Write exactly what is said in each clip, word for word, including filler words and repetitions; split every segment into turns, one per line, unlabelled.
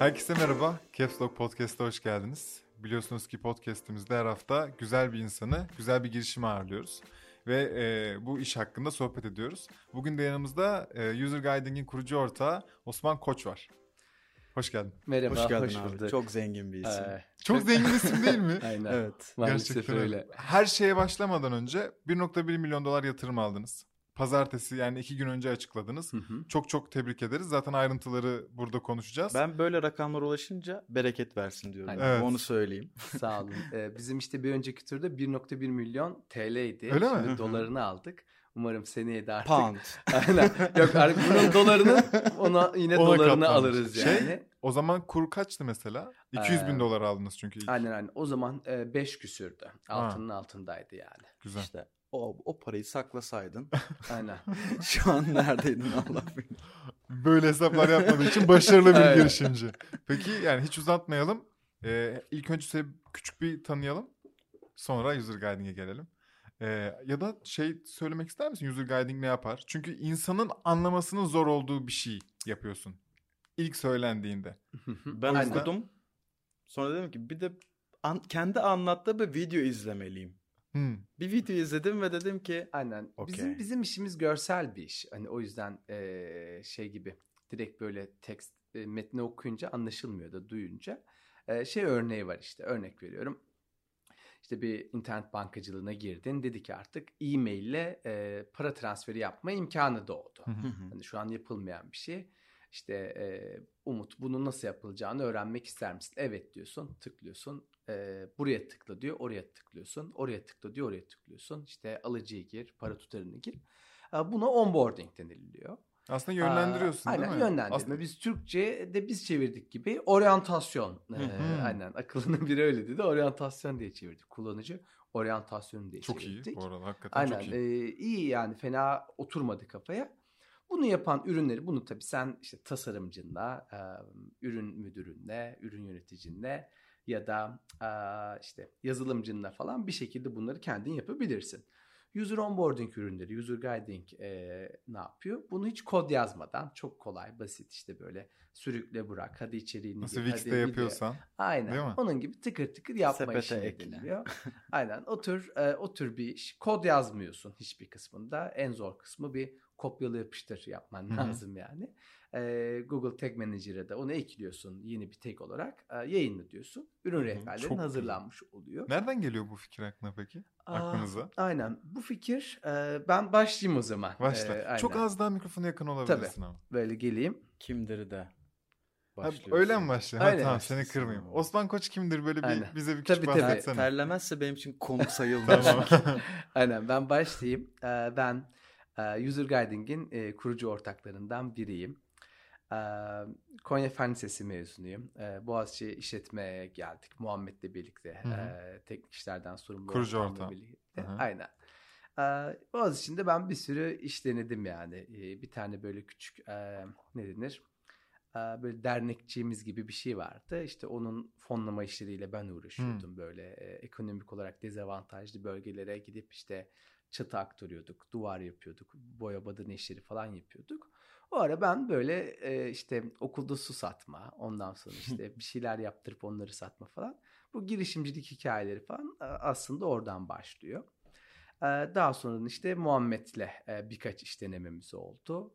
Herkese merhaba, Caps Lock Podcast'a hoş geldiniz. Biliyorsunuz ki podcast'imizde her hafta güzel bir insanı, güzel bir girişimi ağırlıyoruz. Ve e, bu iş hakkında sohbet ediyoruz. Bugün de yanımızda e, User Guiding'in kurucu ortağı Osman Koç var. Hoş geldin.
Merhaba,
hoş geldin
hoş
abi.
bulduk.
Çok zengin bir isim.
Ee,
Çok, çok zengin isim değil mi?
Aynen.
Evet.
Maalesef
Gerçekten
öyle.
Her şeye başlamadan önce bir nokta bir milyon dolar yatırım aldınız. Pazartesi yani iki gün önce açıkladınız.
Hı hı.
Çok çok tebrik ederiz. Zaten ayrıntıları burada konuşacağız.
Ben böyle rakamlara ulaşınca bereket versin diyorum.
Aynen.
Evet.
Onu söyleyeyim.
Sağ olun. Ee, bizim işte bir önceki turda bir nokta bir milyon T L'ydi.
Öyle mi?
Şimdi
Hı hı.
dolarını aldık. Umarım seneye de artık.
Pound.
Aynen. Yok artık bunun dolarının ona yine
Ona
dolarını
katlanmış.
alırız yani.
Şey, o zaman kur kaçtı mesela? iki yüz bin
Ee,
dolar aldınız çünkü ilk.
Aynen aynen. O zaman e, beş küsürdü. Altının altındaydı yani.
Güzel.
İşte o, o parayı saklasaydın
Aynen.
şu an neredeydin Allah bilir.
Böyle hesaplar yapmadığı için başarılı bir
Evet.
girişimci. Peki yani hiç uzatmayalım. Ee, ilk önce size küçük bir tanıyalım. Sonra User Guiding'e gelelim. Ee, ya da şey söylemek ister misin? User Guiding ne yapar? Çünkü insanın anlamasının zor olduğu bir şey yapıyorsun. İlk söylendiğinde.
Ben
O yüzden-
okudum. Sonra dedim ki bir de an, kendi anlattığı bir video izlemeliyim.
Hmm.
Bir video izledim ve dedim ki
Aynen.
Okey.
Bizim bizim işimiz görsel bir iş. Hani o yüzden eee, şey gibi direkt böyle tekst e, metni okuyunca anlaşılmıyor da duyunca. Eee, şey örneği var işte. Örnek veriyorum. İşte bir internet bankacılığına girdin. Dedi ki artık e-mail ile e, para transferi yapma imkanı doğdu.
Hı hı.
Hı hı.
Hani şu an yapılmayan bir şey. İşte e, Umut bunun nasıl yapılacağını öğrenmek ister misin? Evet diyorsun, tıklıyorsun. E, buraya tıkla diyor, oraya tıklıyorsun. Oraya tıkla diyor, oraya tıklıyorsun. İşte alıcıyı gir, para tutarını gir. E, buna onboarding deniliyor.
Aslında yönlendiriyorsun
Aa,
değil
aynen,
mi?
yönlendirme.
Aslında-
Biz Türkçe'de biz çevirdik gibi oryantasyon. Ee,
hı.
aynen akıllının biri öyle dedi. Oryantasyon diye çevirdik. Kullanıcı oryantasyonu diye
Çok iyi
çevirdik.
bu arada. Hakikaten
Aynen
çok iyi.
e, iyi yani fena oturmadı kafaya. Bunu yapan ürünleri bunu tabii sen işte tasarımcınla, e, ürün müdürünle, ürün yöneticinle ya da e, işte yazılımcınla falan bir şekilde bunları kendin yapabilirsin. User onboarding ürünleri, user guiding e, ne yapıyor? Bunu hiç kod yazmadan çok kolay, basit işte böyle sürükle bırak, hadi içeriğini
Nasıl
gir,
Wix'te
hadi video.
yapıyorsan.
Aynen.
Değil mi?
Onun gibi tıkır tıkır yapma
Sepete
işine
ekle.
deniliyor. Aynen. O tür e, o tür bir iş. Kod yazmıyorsun hiçbir kısmında. En zor kısmı bir kopyala yapıştır yapman
Hı hı.
lazım yani. E, Google Tag Manager'a da onu ekliyorsun yeni bir tag olarak. E, yayınla diyorsun. Ürün
Hı hı.
rehberlerin
Çok
hazırlanmış oluyor.
Nereden geliyor bu fikir aklına peki?
Aa,
Aklınıza?
Aynen. Bu fikir e, ben başlayayım o zaman.
Başla.
E, aynen.
Çok az daha mikrofona yakın olabilirsin ama.
Böyle geleyim.
kimdir de
Ha,
başlıyorsun.
öyle mi başlıyor? Ha,
Öyle
tamam
başlıyorsun.
seni kırmayayım. Osman Koç kimdir? Böyle bir
Aynen.
bize bir küçük
Tabii, tabii.
bahsetsene.
Terlemezse benim için konuk sayılmaz.
Tamam.
Aynen ben başlayayım. Ee, ben e, User Guiding'in e, kurucu ortaklarından biriyim. Ee, Konya Fen Lisesi mezunuyum. Ee, Boğaziçi işletmeye geldik Muhammed'le birlikte.
Hı hı.
Ee, teknik işlerden sorumlu
Kurucu
ortağımla
ortağı.
birlikte.
Hı hı.
Aynen. Ee, Boğaziçi'nde ben bir sürü iş denedim yani. Ee, bir tane böyle küçük e, ne denir? Ee, böyle dernekçiğimiz gibi bir şey vardı. İşte onun fonlama işleriyle ben uğraşıyordum. Böyle e, ekonomik olarak dezavantajlı bölgelere gidip işte çatı aktarıyorduk, duvar yapıyorduk, boya badana işleri falan yapıyorduk. O ara ben böyle e, işte okulda su satma, ondan sonra işte bir şeyler yaptırıp onları satma falan. Bu girişimcilik hikayeleri falan e, aslında oradan başlıyor. E, Daha sonra işte Muhammed'le e, birkaç iş denememiz oldu.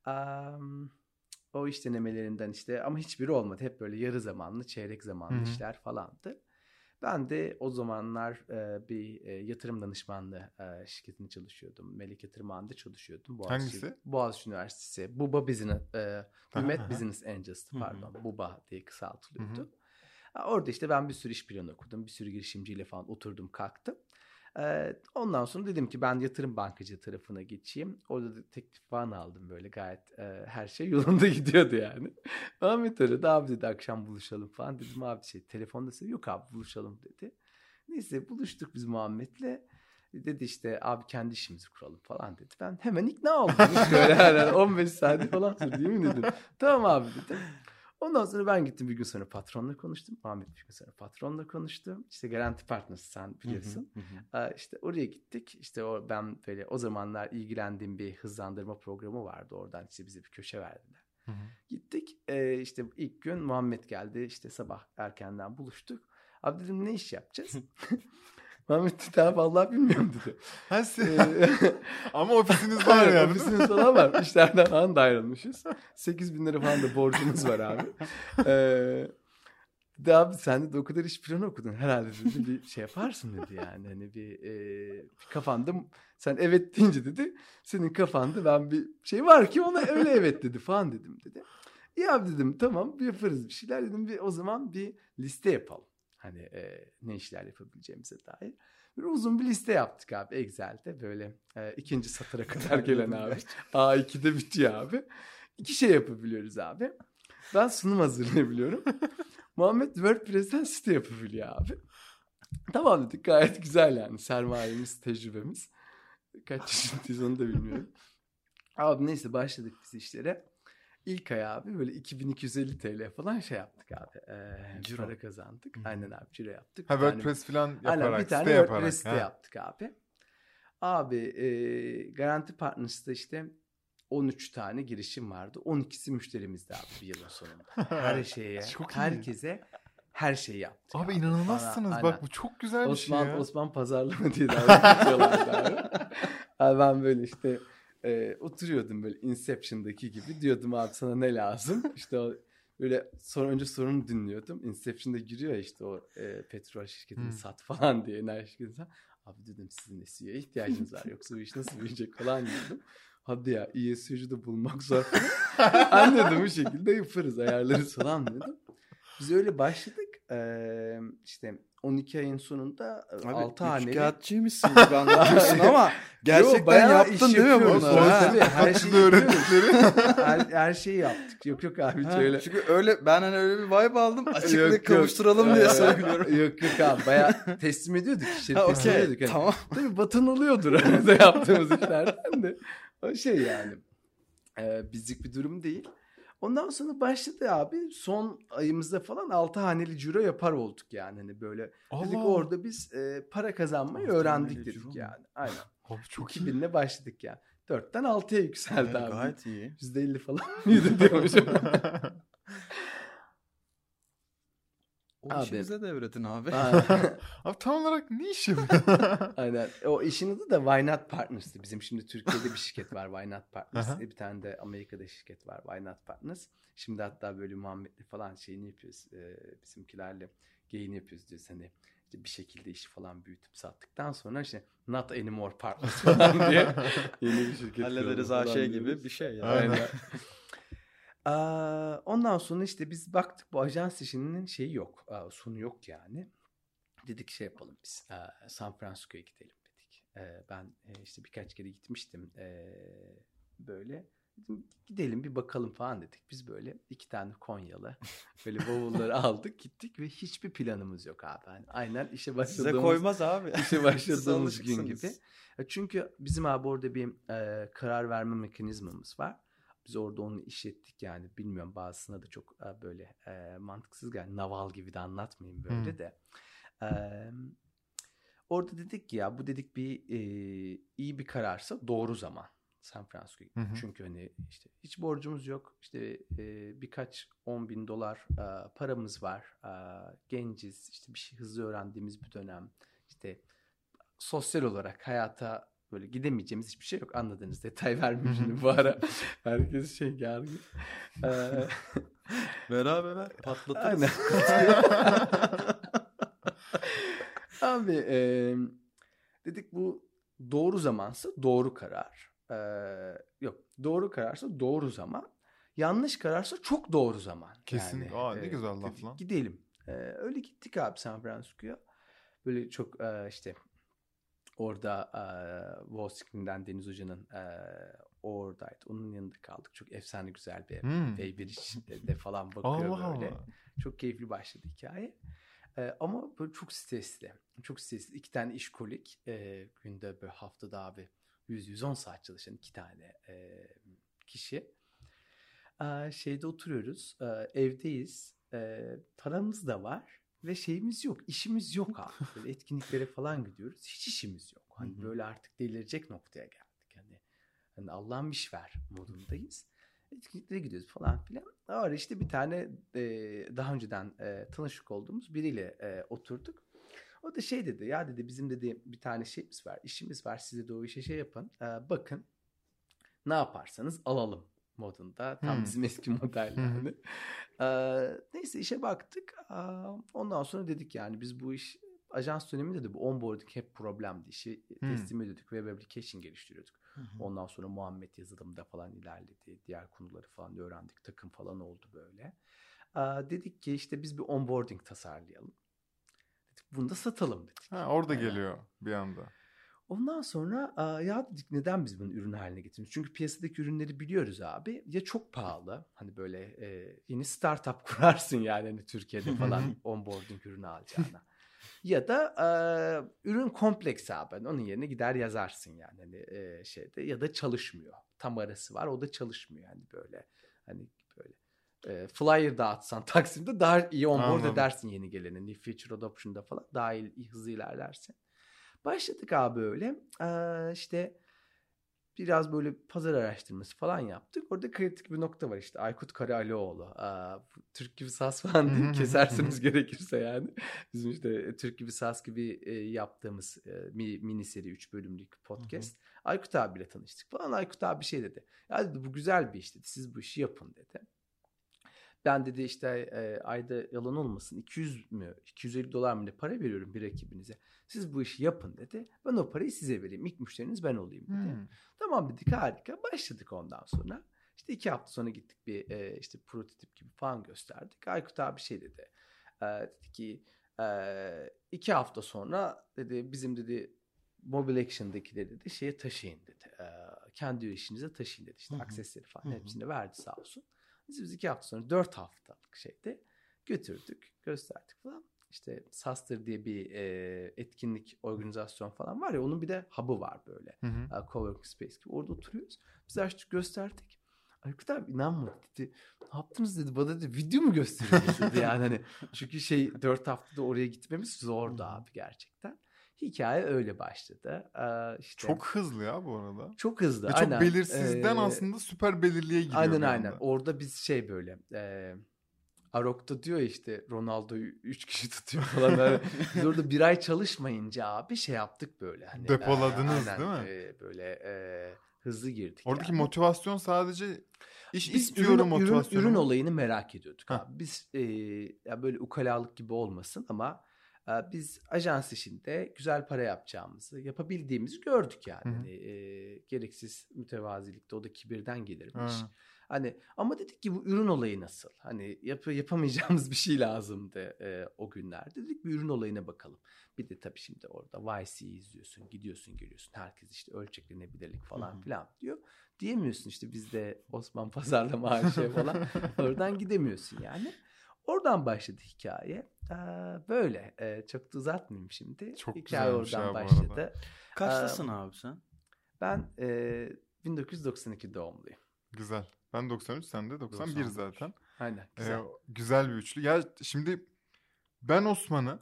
Am, O iş denemelerinden işte ama hiçbiri olmadı. Hep böyle yarı zamanlı, çeyrek zamanlı
Hı hı.
işler falandı. Ben de o zamanlar e, bir e, yatırım danışmanlığı e, şirketinde çalışıyordum. Melek Yatırım Ağı'nda çalışıyordum. Boğaziçi,
Hangisi?
Boğaziçi Üniversitesi. Buba Business, e, Hümet
Aha.
Business Angels
Hı hı.
pardon. Buba diye kısaltılıyordu.
Hı hı.
Ha, Orada işte ben bir sürü iş planı okudum. Bir sürü girişimciyle falan oturdum kalktım. Ee, ondan sonra dedim ki ben yatırım bankacı tarafına geçeyim. Orada da teklif falan aldım böyle gayet e, her şey yolunda gidiyordu yani. Ahmet aradı abi dedi akşam buluşalım falan. Dedim abi şey telefonda söyledi. Yok abi buluşalım dedi. Neyse buluştuk biz Muhammed'le. Dedi işte abi kendi işimizi kuralım falan dedi. Ben hemen ikna oldum. Hiç böyle yani on beş saniye falan sürdü yemin ederim. Tamam abi dedim. Ondan sonra ben gittim bir gün sonra patronla konuştum. Ahmet bir gün sonra patronla konuştum. İşte Garanti Partners sen biliyorsun.
Hı hı, hı hı.
Ee, işte oraya gittik. İşte o, ben böyle o zamanlar ilgilendiğim bir hızlandırma programı vardı. Oradan işte bize bir köşe verdiler.
Hı hı.
Gittik. Ee, işte ilk gün Muhammed geldi. İşte sabah erkenden buluştuk. Abi dedim ne iş yapacağız? Muhammed dedi abi vallahi bilmiyorum dedi.
Ha, siz-
Ee,
Ama ofisiniz var
Evet,
yani.
ofisimiz falan var. İşlerden falan da ayrılmışız. sekiz bin lira falan da borcumuz var abi. Ee, de abi sen de o kadar iş planı okudun. Herhalde dedi bir şey yaparsın dedi yani. Hani bir, e, bir kafanda sen evet deyince dedi. Senin kafanda ben bir şey var ki ona öyle evet dedi falan dedim dedi. İyi abi dedim tamam yaparız bir şeyler dedim. Bir, o zaman bir liste yapalım. Hani e, ne işler yapabileceğimize dair. Böyle uzun bir liste yaptık abi Excel'de böyle e, ikinci satıra kadar gelen abi. A iki'de bitiyor abi. İki şey yapabiliyoruz abi. Ben sunum hazırlayabiliyorum. Muhammed WordPress'ten site yapabiliyor abi. Tamam dedik gayet güzel yani sermayemiz, tecrübemiz. Kaç yaşındayız onu da bilmiyorum. Abi neyse başladık biz işlere. İlk ay abi böyle iki bin iki yüz elli TL falan şey yaptık abi. Ee,
Ciro.
para kazandık.
Hı.
Aynen abi ciro yaptık.
Ha,
Bir tane-
WordPress falan
Aynen
yaparak,
bir tane
site
WordPress
yaparak.
site
Ha.
yaptık abi. Abi e, Garanti Partners'ta işte on üç tane girişim vardı. on ikisi müşterimizdi abi bir yılın sonunda. Her şeye,
Çok iyi.
herkese her şeyi yaptık.
Abi
Bana-
inanılmazsınız.
aynen.
Bak bu çok güzel bir şey
Osman,
ya.
Osman pazarlama diye dalga geçiyorlardı abi. Abi ben böyle işte e, oturuyordum böyle Inception'daki gibi. Diyordum abi sana ne lazım? İşte o böyle sonra önce sorunu dinliyordum. Inception'da giriyor ya işte o e, petrol şirketini
Hmm.
sat falan diye enerji şirketini. Abi dedim sizin S E O'ya ihtiyacınız var. Yoksa bu iş nasıl büyüyecek falan diyordum. Hadi ya iyi S E O'cu da bulmak zor falan. Anladım bu şekilde yaparız ayarlarız falan diyordum. Biz öyle başladık. Ee, işte on iki ayın sonunda
Abi
altı haneli.
üçkağıtçıymışsın gibi anlatıyorsun ama gerçekten
bayağı
yaptın
iş
değil mi
yapıyoruz.
bunları?
Tabii,
ha?
tabii, her şeyi
Katılı
yapıyoruz.
öğrettikleri.
her, her şeyi yaptık. Yok yok abi hiç
Ha,
öyle.
Çünkü öyle ben hani öyle bir vibe aldım.
Yok,
Açıklık
yok.
kavuşturalım diye
Ee,
söylüyorum.
Yok yok abi bayağı teslim ediyorduk. İşleri
Ha,
teslim
okey,
ediyorduk. Yani.
tamam.
Tabii batın oluyordur arada yaptığımız işlerden de. O şey yani. E, bizlik bir durum değil. Ondan sonra başladı abi. Son ayımızda falan altı haneli ciro yapar olduk yani. Hani böyle dedik
Allah.
orada biz e, para kazanmayı
Altı
öğrendik
haneli
dedik
ciro mu?
yani. Aynen.
Abi çok iyi.
iki binle başladık yani. dörtten altıya yükseldi
Evet,
abi.
gayet iyi.
yüzde elli falan mıydı diyormuşum.
O
Abi.
işi bize de öğretin abi.
Aynen.
Abi tam olarak ne iş yapıyor?
Aynen. O işin adı da Why Not Partners'tı. Bizim şimdi Türkiye'de bir şirket var Why Not Partners.
Aha.
Bir tane de Amerika'da şirket var Why Not Partners. Şimdi hatta böyle Muhammed'le falan şeyini yapıyoruz. Ee, bizimkilerle geyini yapıyoruz diyoruz. Hani işte bir şekilde işi falan büyütüp sattıktan sonra işte Not Anymore Partners falan diye yeni bir şirket
Hallederiz
kuralım
ha
falan
şey gibi
diyoruz.
bir şey ya.
Aynen.
Aa, ondan sonra işte biz baktık bu ajans işinin şeyi yok. Aa, sonu yok yani. Dedik şey yapalım biz. Aa, San Francisco'ya gidelim dedik. Ee, ben e, işte birkaç kere gitmiştim. Ee, böyle dedim, gidelim bir bakalım falan dedik. Biz böyle iki tane Konyalı böyle bavulları aldık gittik ve hiçbir planımız yok abi. Yani aynen işe başladığımız,
Size koymaz abi.
işe
Siz
başladığımız gün gibi.
alışıksınız.
Çünkü bizim abi orada bir e, karar verme mekanizmamız var. Biz orada onu işlettik yani bilmiyorum bazısına da çok e, böyle e, mantıksız geldi. Naval gibi de anlatmayayım böyle
Hmm.
de. E, orada dedik ki ya bu dedik bir e, iyi bir kararsa doğru zaman San Francisco'ya
Hı
gittik.
hı.
Çünkü hani işte hiç borcumuz yok. İşte e, birkaç on bin dolar e, paramız var. E, genciz. İşte bir şey hızlı öğrendiğimiz bir dönem. İşte sosyal olarak hayata böyle gidemeyeceğimiz hiçbir şey yok. Anladınız. Detay vermeyeyim şimdi bu ara. Herkes şey gergin. Ee,
Beraber ver, patlatırız.
Aynen. Abi e, dedik bu doğru zamansa doğru karar. Ee, yok doğru kararsa doğru zaman. Yanlış kararsa çok doğru zaman.
Kesin.
Yani,
Aa, ne
e,
güzel laf
dedik,
lan.
gidelim. Ee, öyle gittik abi San Francisco'ya. Böyle çok e, işte orada e, Wall Street'ten Deniz Hoca'nın e, oradaydı. Onun yanında kaldık. Çok efsane güzel bir ev.
Hmm.
Beybridge'de falan bakıyor
Allah
böyle.
Allah.
Çok keyifli başladı hikaye. E, ama böyle çok stresli. Çok stresli. İki tane işkolik. E, günde böyle haftada abi yüz yüz on saat çalışan iki tane e, kişi. E, şeyde oturuyoruz. E, evdeyiz. E, paramız da var. Ve şeyimiz yok. İşimiz yok abi. Böyle etkinliklere falan gidiyoruz. Hiç işimiz yok. Hani
Hı hı.
böyle artık delirecek noktaya geldik. Hani, hani Allah'ım iş ver modundayız. Etkinliklere gidiyoruz falan filan. Orada işte bir tane e, daha önceden e, tanışık olduğumuz biriyle e, oturduk. O da şey dedi, ya dedi bizim dedi bir tane şeyimiz var, işimiz var, siz de o işe şey yapın. E, bakın ne yaparsanız alalım modunda. Tam
Hmm.
bizim eski model yani. Ee, neyse işe baktık. Aa, ondan sonra dedik yani biz bu iş ajans döneminde de bu onboarding hep problemdi. İşi
Hmm.
teslim ediyorduk. Web application geliştiriyorduk. Ondan sonra Muhammed yazılımda falan ilerledi. Diğer konuları falan öğrendik. Takım falan oldu böyle. Aa, dedik ki işte biz bir onboarding tasarlayalım. Dedik bunu da satalım dedik.
Ha, orada
Aynen.
geliyor bir anda.
Ondan sonra aa, ya dedik neden biz bunu ürün haline getiriyoruz? Çünkü piyasadaki ürünleri biliyoruz abi. Ya çok pahalı. Hani böyle e, yeni startup kurarsın yani hani Türkiye'de falan onboarding ürünü alacağına. Ya da e, ürün kompleks abi. Hani onun yerine gider yazarsın yani hani e, şeyde ya da çalışmıyor. Tam arası var o da çalışmıyor yani böyle. Hani böyle e, flyer dağıtsan Taksim'de daha iyi onboard
Anladım.
edersin yeni geleni. New feature adoption'da falan daha iyi hızlı ilerlersin. Başladık abi öyle. Ee, işte biraz böyle pazar araştırması falan yaptık. Orada kritik bir nokta var işte. Aykut Karaalioğlu. Aa, Türk gibi saz falan değil. Keserseniz gerekirse yani. Bizim işte Türk gibi saz gibi e, yaptığımız e, mini, mini seri üç bölümlük podcast. Aykut abiyle tanıştık falan. Aykut abi şey dedi. Ya dedi bu güzel bir iş dedi. Siz bu işi yapın dedi. Ben dedi işte e, ayda yalan olmasın iki yüz mü iki yüz elli dolar mı ne para veriyorum bir ekibinize. Siz bu işi yapın dedi. Ben o parayı size vereyim. İlk müşteriniz ben olayım dedi.
Hmm.
Tamam dedik harika. Başladık ondan sonra. İşte iki hafta sonra gittik bir e, işte prototip gibi falan gösterdik. Aykut abi şey dedi. E, dedi ki e, iki hafta sonra dedi bizim dedi Mobile Action'dakileri dedi şeye taşıyın dedi. E, kendi işinize taşıyın dedi. İşte
Hı hı.
aksesleri falan
Hı hı.
hepsini verdi sağ olsun. Biz, biz iki hafta sonra dört haftalık şeyde götürdük, gösterdik falan. İşte Saster diye bir e, etkinlik, organizasyon falan var ya onun bir de hub'ı var böyle.
Hı hı.
E, coworking space gibi. Orada oturuyoruz. Biz açtık gösterdik. Aykut abi inanmadı dedi. Ne yaptınız dedi. Bana dedi video mu gösteriyorsunuz dedi. Yani hani çünkü şey dört haftada oraya gitmemiz zordu abi gerçekten. Hikaye öyle başladı. Ee, işte
Çok hızlı ya bu arada.
çok hızlı.
Ve çok
aynen.
belirsizden
Ee,
aslında süper belirliye giriyor
Aynen
bir
aynen.
anda.
Orada biz şey böyle e, Arok'ta diyor ya işte Ronaldo'yu üç kişi tutuyor falan. Yani biz orada bir ay çalışmayınca abi şey yaptık böyle. Hani,
Depoladınız,
e, aynen,
değil mi?
e, böyle e, hızlı girdik
Oradaki
yani.
motivasyon sadece iş
Biz
istiyorum
ürün, ürün,
motivasyonu
ürün
mu?
olayını merak ediyorduk
Heh.
abi. Biz e, ya böyle ukalalık gibi olmasın ama e, biz ajans işinde güzel para yapacağımızı, yapabildiğimizi gördük yani.
Hı hı.
Hani, e, gereksiz mütevazilikte o da kibirden gelirmiş.
Ha.
Hani ama dedik ki bu ürün olayı nasıl? Hani yap yapamayacağımız bir şey lazımdı e, o günlerde. Dedik bir ürün olayına bakalım. Bir de tabii şimdi orada Y C'yi izliyorsun, gidiyorsun, geliyorsun. Herkes işte ölçeklenebilirlik falan
Hı hı.
filan diyor. Diyemiyorsun işte bizde Osman Pazarlama A Ş falan. Oradan gidemiyorsun yani. Oradan başladı hikaye. Ee, böyle. Ee, çok da uzatmayayım şimdi.
Çok
hikaye
güzelmiş
oradan
ya bu
başladı.
arada.
Kaçtasın abi sen?
Ben e, bin dokuz yüz doksan iki doğumluyum.
Güzel. Ben doksan üç, sen de doksan bir
doksan bir.
zaten.
Aynen.
Ee,
Güzel.
güzel bir üçlü. Ya şimdi ben Osman'ı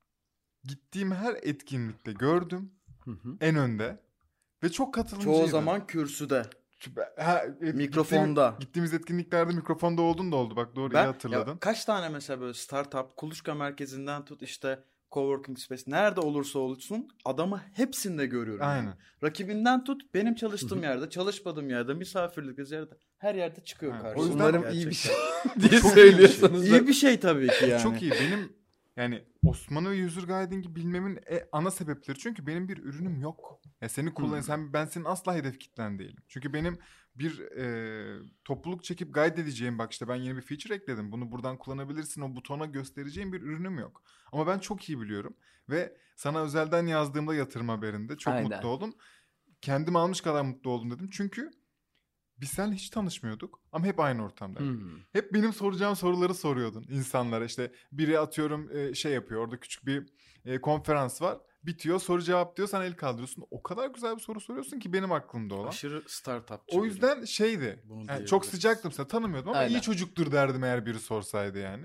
gittiğim her etkinlikte gördüm.
Hı hı.
En önde. Ve çok katılımcıydı.
Çoğu zaman kürsüde.
Ha, evet,
Mikrofonda.
Gittiğim, gittiğimiz etkinliklerde mikrofonda oldun da oldu. Bak doğru iyi
Ben
hatırladın.
ya kaç tane mesela böyle startup, kuluçka merkezinden tut işte coworking space nerede olursa olsun adamı hepsinde görüyorum. yani.
Aynen.
Rakibinden tut benim çalıştığım yerde, çalışmadığım yerde, misafirlik yerde her yerde çıkıyor
Aynen.
karşıma.
O yüzden
Umarım
gerçekten.
iyi bir şey diye
Çok iyi bir şey.
söylüyorsanız.
İyi bir şey tabii ki yani.
Çok iyi. Benim yani Osman'ı ve user guiding'i bilmemin e, ana sebepleri. Çünkü benim bir ürünüm yok. Ya seni kullan,
Hmm.
sen ben senin asla hedef kitlen değilim. Çünkü benim bir e, topluluk çekip guide edeceğim, bak işte ben yeni bir feature ekledim. Bunu buradan kullanabilirsin, o butona göstereceğim bir ürünüm yok. Ama ben çok iyi biliyorum ve sana özelden yazdığımda yatırım haberinde çok
Aynen.
mutlu oldum. Kendim almış kadar mutlu oldum dedim. Çünkü biz seninle hiç tanışmıyorduk ama hep aynı ortamdaydık.
Hmm.
Hep benim soracağım soruları soruyordun insanlara. İşte biri atıyorum e, şey yapıyor, orada küçük bir e, konferans var. Bitiyor, soru cevap diyor, sen el kaldırıyorsun. O kadar güzel bir soru soruyorsun ki benim aklımda olan.
Aşırı startupçı.
O yüzden şeydi,
Bunu
yani
diyebiliriz.
çok sıcaktım, sana tanımıyordum ama
Aynen.
iyi çocuktur derdim eğer biri sorsaydı yani.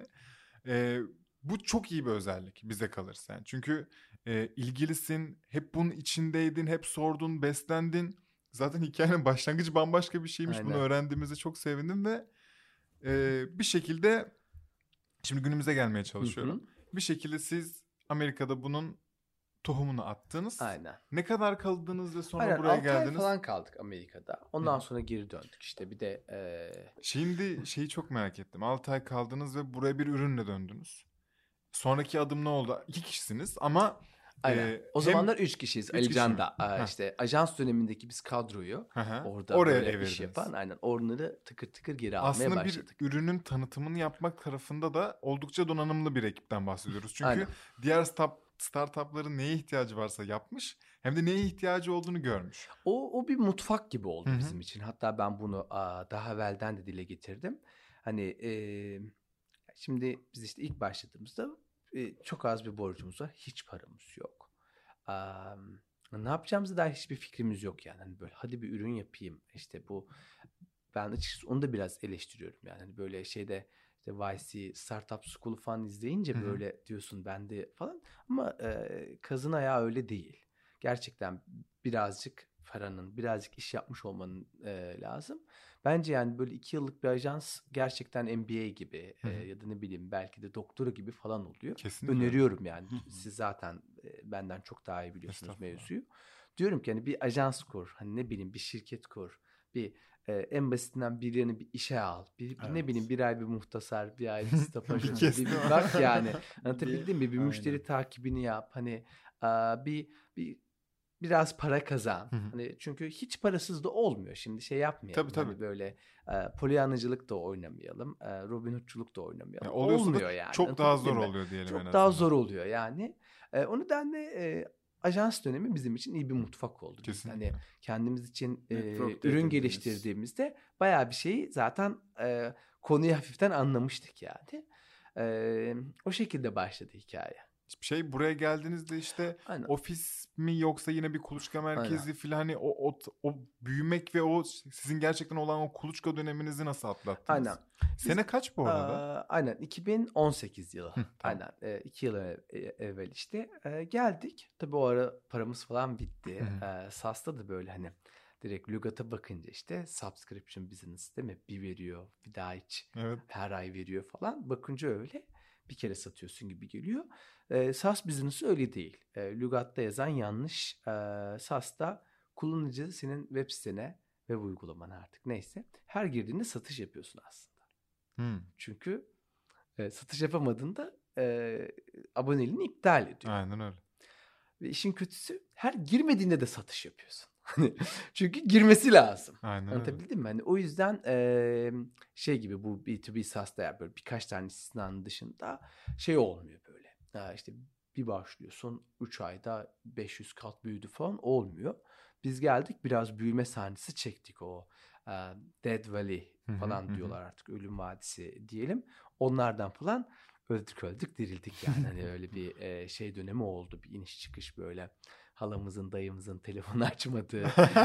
E, bu çok iyi bir özellik bize kalırsa. Yani. Çünkü e, ilgilisin, hep bunun içindeydin, hep sordun, beslendin. zaten hikayenin başlangıcı bambaşka bir şeymiş. Bunu
Aynen.
öğrendiğimizde çok sevindim ve e, bir şekilde şimdi günümüze gelmeye
Hı
çalışıyorum.
hı.
Bir şekilde siz Amerika'da bunun tohumunu attınız.
Aynen.
Ne kadar kaldınız ve sonra
Aynen
buraya
altı ay
geldiniz?
falan kaldık Amerika'da. Ondan
Hı hı.
sonra geri döndük işte. Bir de e,
Şimdi şeyi çok merak ettim. altı ay kaldınız ve buraya bir ürünle döndünüz. Sonraki adım ne oldu? İki kişisiniz ama
aynen.
e,
O
hem
zamanlar üç kişiyiz.
üç
Ali
kişi
Can
mi?
da e,
Heh.
işte ajans dönemindeki biz kadroyu
Hı hı.
orada
Oraya
böyle iş
evirdiniz.
yapan aynen onları tıkır tıkır geri almaya
Aslında
başladık.
bir ürünün tanıtımını yapmak tarafında da oldukça donanımlı bir ekipten bahsediyoruz. Çünkü
Aynen.
diğer start, startupların neye ihtiyacı varsa yapmış, hem de neye ihtiyacı olduğunu görmüş.
O, o bir mutfak gibi oldu
Hı hı.
bizim için. Hatta ben bunu aa, daha evvelden de dile getirdim. Hani e, şimdi biz işte ilk başladığımızda e, çok az bir borcumuz var. Hiç paramız yok. Aa, ne yapacağımıza dair hiçbir fikrimiz yok yani. Hani böyle hadi bir ürün yapayım. İşte bu ben açıkçası onu da biraz eleştiriyorum yani. Hani böyle şeyde işte Y C Startup School'u falan izleyince
Hı hı.
böyle diyorsun ben de falan. Ama e, kazın ayağı öyle değil. Gerçekten birazcık paranın, birazcık iş yapmış olmanın e, lazım. Bence yani böyle iki yıllık bir ajans gerçekten M B A gibi
Hı
e,
hı.
ya da ne bileyim belki de doktora gibi falan oluyor.
Kesinlikle.
Öneriyorum yani.
Hı hı.
Siz zaten e, benden çok daha iyi biliyorsunuz
Estağfurullah.
mevzuyu. Diyorum ki hani bir ajans kur, hani ne bileyim bir şirket kur, bir e, en basitinden birilerini bir işe al, bir, bir ne
Evet.
bileyim bir ay bir muhtasar, bir ay bir stafaj,
Bir
hani
kez.
bir, bir bak yani
Bir-
anlatabildim mi? Bir müşteri
aynen.
takibini yap, hani aa, bir bir biraz para kazan.
Hı hı.
Hani çünkü hiç parasız da olmuyor. Şimdi şey yapmayalım.
Tabii, tabii.
Hani böyle e, polyanacılık da oynamayalım. E, Robin Hood'culuk da oynamayalım.
Yani oluyorsa da
Olmuyor yani.
çok daha zor
Anlatabildim mi?
oluyor diyelim en
Çok daha
azından.
zor oluyor yani. E, o nedenle e, ajans dönemi bizim için iyi bir mutfak oldu. Biz
Kesinlikle.
hani kendimiz için e,
Network'te
ürün
edindiniz.
geliştirdiğimizde bayağı bir şeyi zaten e, konuyu hafiften anlamıştık yani. E, o şekilde başladı hikaye.
Şey, buraya geldiğinizde işte
Aynen.
ofis mi yoksa yine bir kuluçka
Aynen.
merkezi filan, hani o, o o büyümek ve o sizin gerçekten olan o kuluçka döneminizi nasıl atlattınız?
Aynen. Biz,
Sene kaç bu arada?
aa, aynen iki bin on sekiz yılı.
Hı, tamam.
Aynen. E, iki yıl ev- e- evvel işte e, geldik. Tabii o ara paramız falan bitti.
Hı hı.
E, SaaS'ta da böyle hani direkt lügata bakınca işte subscription business değil mi? Bir veriyor, bir daha hiç
Evet.
her ay veriyor falan. Bakınca öyle bir kere satıyorsun gibi geliyor. E, SaaS business'ı öyle değil. E, lügatta yazan yanlış. E, SaaS'ta kullanıcı senin web sitene, web uygulamana artık neyse her girdiğinde satış yapıyorsun aslında.
Hı.
Çünkü e, satış yapamadığında e, aboneliğini iptal ediyor.
Aynen öyle.
Ve işin kötüsü her girmediğinde de satış yapıyorsun. Çünkü girmesi lazım.
Aynen öyle.
Anlatabildim mi? Hani o yüzden e, şey gibi bu B iki B SaaS'ta ya böyle birkaç tane istisnanın dışında şey olmuyor böyle. Ha işte bir başlıyorsun üç ayda beş yüz kat büyüdü falan olmuyor. Biz geldik biraz büyüme sahnesi çektik o e, Dead Valley
Hı hı,
falan
hı hı.
diyorlar artık ölüm vadisi diyelim. Onlardan falan öldük öldük dirildik yani. Hani öyle bir e, şey dönemi oldu. Bir iniş çıkış böyle halamızın dayımızın telefonu açmadığı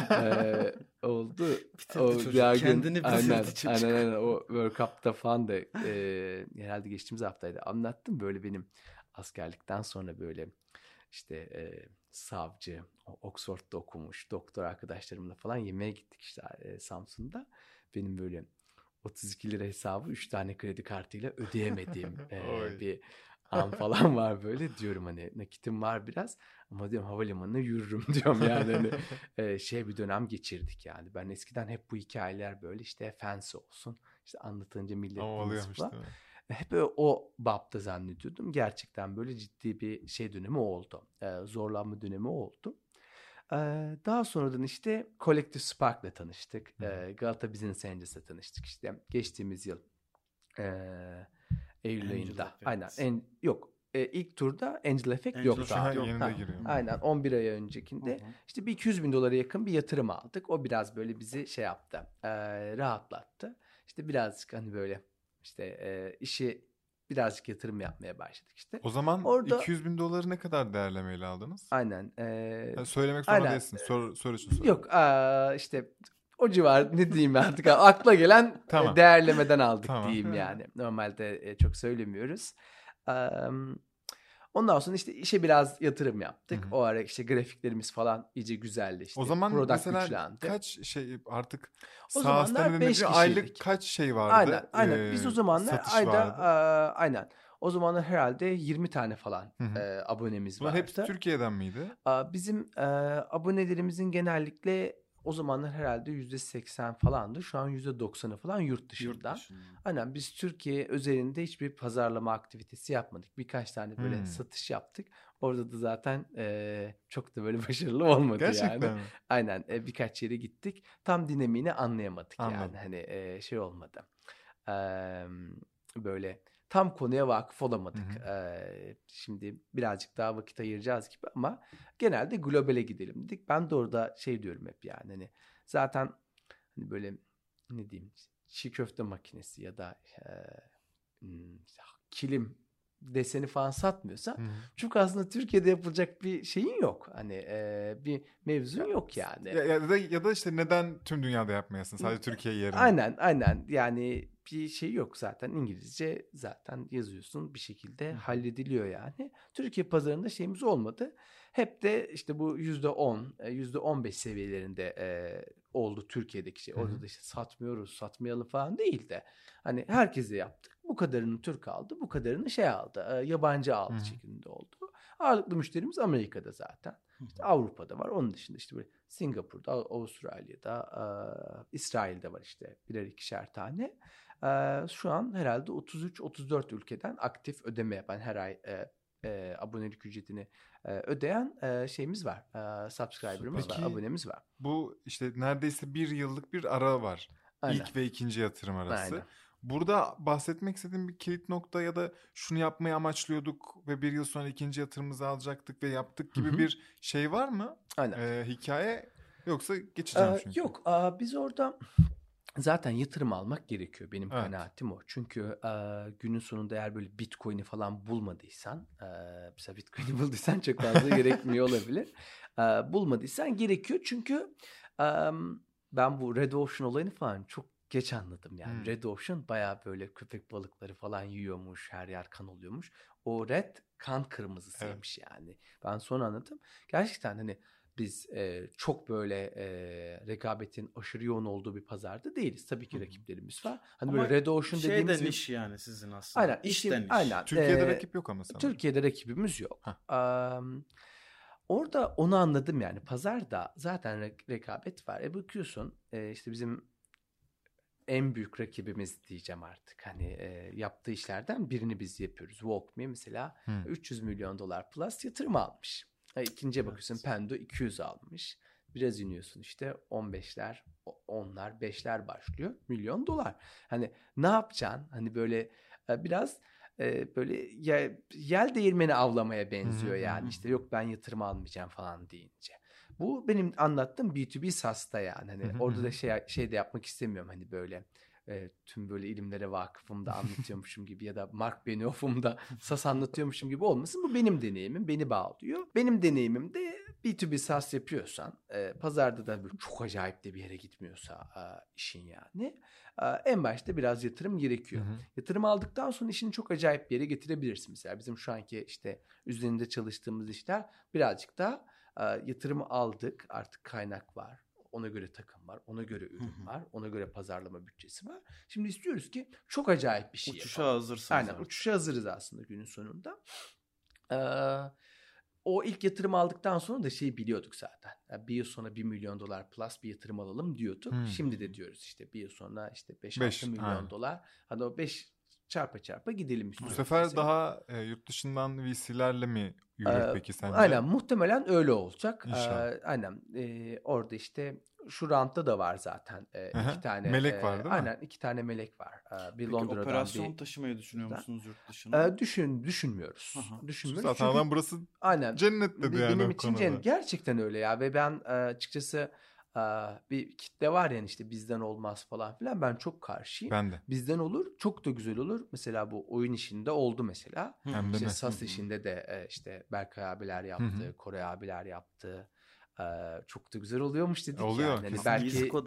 e, oldu.
Bitirdi
O
çocuk.
diğer
Kendini
gün
bitirdi
aynen,
çocuk.
aynen aynen o World Cup'ta falan da e, herhalde geçtiğimiz haftaydı anlattım. Böyle benim askerlikten sonra böyle işte e, savcı, Oxford'da okumuş doktor arkadaşlarımla falan yemeğe gittik işte e, Samsun'da. Benim böyle otuz iki lira hesabı üç tane kredi kartıyla ödeyemediğim e,
Oy.
bir an falan var böyle. Diyorum hani nakitim var biraz ama diyorum havalimanına yürürüm diyorum yani hani e, şey bir dönem geçirdik yani. Ben eskiden hep bu hikayeler böyle işte fancy olsun işte anlatınca millet
Ama
dinlesin
oluyormuş
falan.
değil mi?
Hep öyle o bapta zannediyordum. Gerçekten böyle ciddi bir şey dönemi oldu. E, zorlanma dönemi oldu. E, daha sonradan işte Collective Spark'la tanıştık.
Hı hı.
E, Galata Business Angels'la tanıştık işte. Geçtiğimiz yıl e, Eylül
Angel
ayında.
Effect.
Aynen. En, yok. E, ilk turda Angel Effect
Angel
yoktu
Effect
abi.
yok.
Yeni
Ha,
de giriyor.
aynen on bir ay
Hı
öncekinde
hı.
işte bir iki yüz bin dolara yakın bir yatırım aldık. O biraz böyle bizi şey yaptı. E, rahatlattı. İşte birazcık hani böyle işte e, işi birazcık yatırım yapmaya başladık işte.
O zaman
Orada
iki yüz bin doları ne kadar değerlemeyle aldınız?
aynen. E,
Yani söylemek zorunda
aynen.
değilsin. Sor, soru için soruyorum.
Yok aa, işte o civar ne diyeyim artık akla gelen
Tamam.
değerlemeden aldık
Tamam.
diyeyim yani. Normalde e, çok söylemiyoruz. Am, Ondan sonra işte işe biraz yatırım yaptık.
Hı hı.
O ara işte grafiklerimiz falan iyice güzelleşti.
O zaman
Product
mesela
güçlendi.
kaç şey artık
O
SaaS'ta
zamanlar
ne
beş
denir? Aylık
kişiydik.
kaç şey vardı?
Aynen, aynen. Biz o
Ee,
zamanlar
satış
ayda
vardı.
aa, aynen. O zamanlar herhalde yirmi tane falan
Hı hı.
e, abonemiz
Bunlar hepsi
vardı.
Türkiye'den miydi?
Aa, Bizim e, abonelerimizin genellikle o zamanlar herhalde yüzde seksen falandı. Şu an yüzde doksanı falan yurt
Yurt
dışından.
dışından.
Aynen biz Türkiye özelinde hiçbir pazarlama aktivitesi yapmadık. Birkaç tane böyle
Hmm.
satış yaptık. Orada da zaten e, çok da böyle başarılı olmadı yani.
Gerçekten mi?
Aynen e, birkaç yere gittik. Tam dinamiğini anlayamadık
Anladım.
yani. Hani e, şey olmadı. Eee, Böyle tam konuya vakıf olamadık.
Hı hı.
Eee, şimdi birazcık daha vakit ayıracağız gibi ama genelde globale gidelim dedik. Ben de orada şey diyorum hep yani hani zaten hani böyle ne diyeyim çiğ köfte makinesi ya da eee, hmm, kilim deseni falan satmıyorsan
Hı hı.
çok aslında Türkiye'de yapılacak bir şeyin yok. Hani eee, bir mevzun
Ya,
yok yani.
ya, ya da ya da işte neden tüm dünyada yapmayasın? Sadece Türkiye yerine.
Aynen aynen yani bir şey yok zaten İngilizce zaten yazıyorsun bir şekilde
Hı hı.
hallediliyor yani. Türkiye pazarında şeyimiz olmadı. Hep de işte bu yüzde on, e, yüzde on beş seviyelerinde e, oldu Türkiye'deki şey.
Hı hı.
Orada da işte satmıyoruz, satmayalım falan değil de hani herkese yaptık. Bu kadarını Türk aldı, bu kadarını şey aldı, e, yabancı
Hı
aldı
hı.
şeklinde oldu. Ağırlıklı müşterimiz Amerika'da zaten. İşte Avrupa'da var. Onun dışında işte böyle Singapur'da, Avustralya'da, e, İsrail'de var işte birer ikişer tane. E, şu an herhalde otuz üç otuz dört ülkeden aktif ödeme yapan her ay e, e, abonelik ücretini e, ödeyen e, şeyimiz var. E, subscriber'ımız var,
Peki
abonemiz var.
bu işte neredeyse bir yıllık bir ara var.
Aynen.
İlk ve ikinci yatırım arası.
Aynen.
Burada bahsetmek istediğim bir kilit nokta ya da şunu yapmayı amaçlıyorduk ve bir yıl sonra ikinci yatırımımızı alacaktık ve yaptık
Hı
gibi
hı.
bir şey var mı?
Aynen.
Ee, hikaye yoksa geçeceğim
E,
çünkü.
yok, a, biz orada zaten yatırım almak gerekiyor. Benim
Evet.
kanaatim o. Çünkü e, günün sonunda eğer böyle Bitcoin'i falan bulmadıysan, e, mesela Bitcoin'i bulduysan çok fazla gerekmiyor olabilir. E, bulmadıysan gerekiyor çünkü e, ben bu Red Ocean olayını falan çok geç anladım yani.
Hmm.
Red Ocean bayağı böyle köpek balıkları falan yiyormuş, her yer kan oluyormuş. O red kan kırmızısıymış yani. Ben sonra anladım. Gerçekten hani biz e, çok böyle e, rekabetin aşırı yoğun olduğu bir pazarda değiliz. Tabii ki
Hı hı.
rakiplerimiz var. Hani
Ama
böyle Red Ocean
şey
dediğimiz
de
bir...
niş yani sizin aslında.
Aynen.
İş
işim,
de niş.
aynen.
Türkiye'de
e,
rakip yok ama sanırım.
Türkiye'de rakibimiz yok.
Heh.
Am, orada onu anladım yani. Pazarda zaten re- rekabet var. E bakıyorsun e, işte bizim en büyük rakibimiz diyeceğim artık. Hani e, yaptığı işlerden birini biz yapıyoruz. WalkMe mesela
Hmm.
üç yüz milyon dolar plus yatırım almış. E, ikinciye bakıyorsun
Evet.
Pendo iki yüz almış. Biraz iniyorsun işte on beşler, onlar, beşler başlıyor. Milyon dolar. Hani ne yapacaksın? Hani böyle e, biraz e, böyle ye- yel değirmeni avlamaya benziyor
Hı hı,
yani.
hı.
İşte yok ben yatırım almayacağım falan deyince. Bu benim anlattığım B iki B SaaS'ta yani. Hani
Hı hı,
orada
hı
da
hı.
şey şey de yapmak istemiyorum hani böyle e, tüm böyle ilimlere vakıfım da anlatıyormuşum gibi ya da Mark Benioff'um da SaaS anlatıyormuşum gibi olmasın. Bu benim deneyimim, beni bağlıyor. Benim deneyimim de B iki B SaaS yapıyorsan, e, pazarda da böyle çok acayip de bir yere gitmiyorsa e, işin yani. e, en başta biraz yatırım
Hı
gerekiyor.
hı.
Yatırım aldıktan sonra işini çok acayip bir yere getirebilirsin. Mesela bizim şu anki işte üzerinde çalıştığımız işler birazcık daha e, yatırımı aldık. Artık kaynak var. Ona göre takım var. Ona göre
Hı
ürün
hı.
var. Ona göre pazarlama bütçesi var. Şimdi istiyoruz ki çok acayip bir şey
Uçuşa
yapalım.
hazırsınız
Aynen
artık.
uçuşa hazırız aslında günün sonunda. Ee, o ilk yatırım aldıktan sonra da şeyi biliyorduk zaten. Yani bir yıl sonra bir milyon dolar plus bir yatırım alalım diyorduk.
Hmm.
Şimdi de diyoruz işte bir yıl sonra işte beş
Beş,
altı milyon
aynen.
dolar. Hani o beş çarpa çarpa gidelim
Bu
istiyoruz.
sefer
mesela.
daha e, yurt dışından V C'lerle mi yürür
Ee,
peki sence?
aynen muhtemelen öyle olacak. Ee,
İnşallah.
aynen Ee, orada işte şu roundda da var zaten ee,
Hı hı.
iki tane
Melek
ee,
var değil mi?
aynen iki tane melek var. Ee, bir
Peki
Londra'dan
operasyon
bir
taşımayı düşünüyor
da.
musunuz yurt dışına?
Ee, düşün düşünmüyoruz.
Aha.
Düşünmüyoruz
Zaten
çünkü
adam burası
aynen
cennet dedi
be-
yani
benim
o
için
konuda.
cen- gerçekten öyle ya ve ben e, açıkçası e, bir kitle var yani işte bizden olmaz falan filan ben çok karşıyım.
Ben de.
Bizden olur çok da güzel olur. Mesela bu oyun işinde oldu mesela.
Hı hı.
Hem de
İşte
ne?
SaaS
Hı hı.
işinde de e, işte Berkay abiler
Hı
yaptı,
hı.
Kore abiler yaptı. E, çok da güzel oluyormuş dedik
Oluyor
yani. Hani
kesinlikle.
belki
Mizuko da yaptı.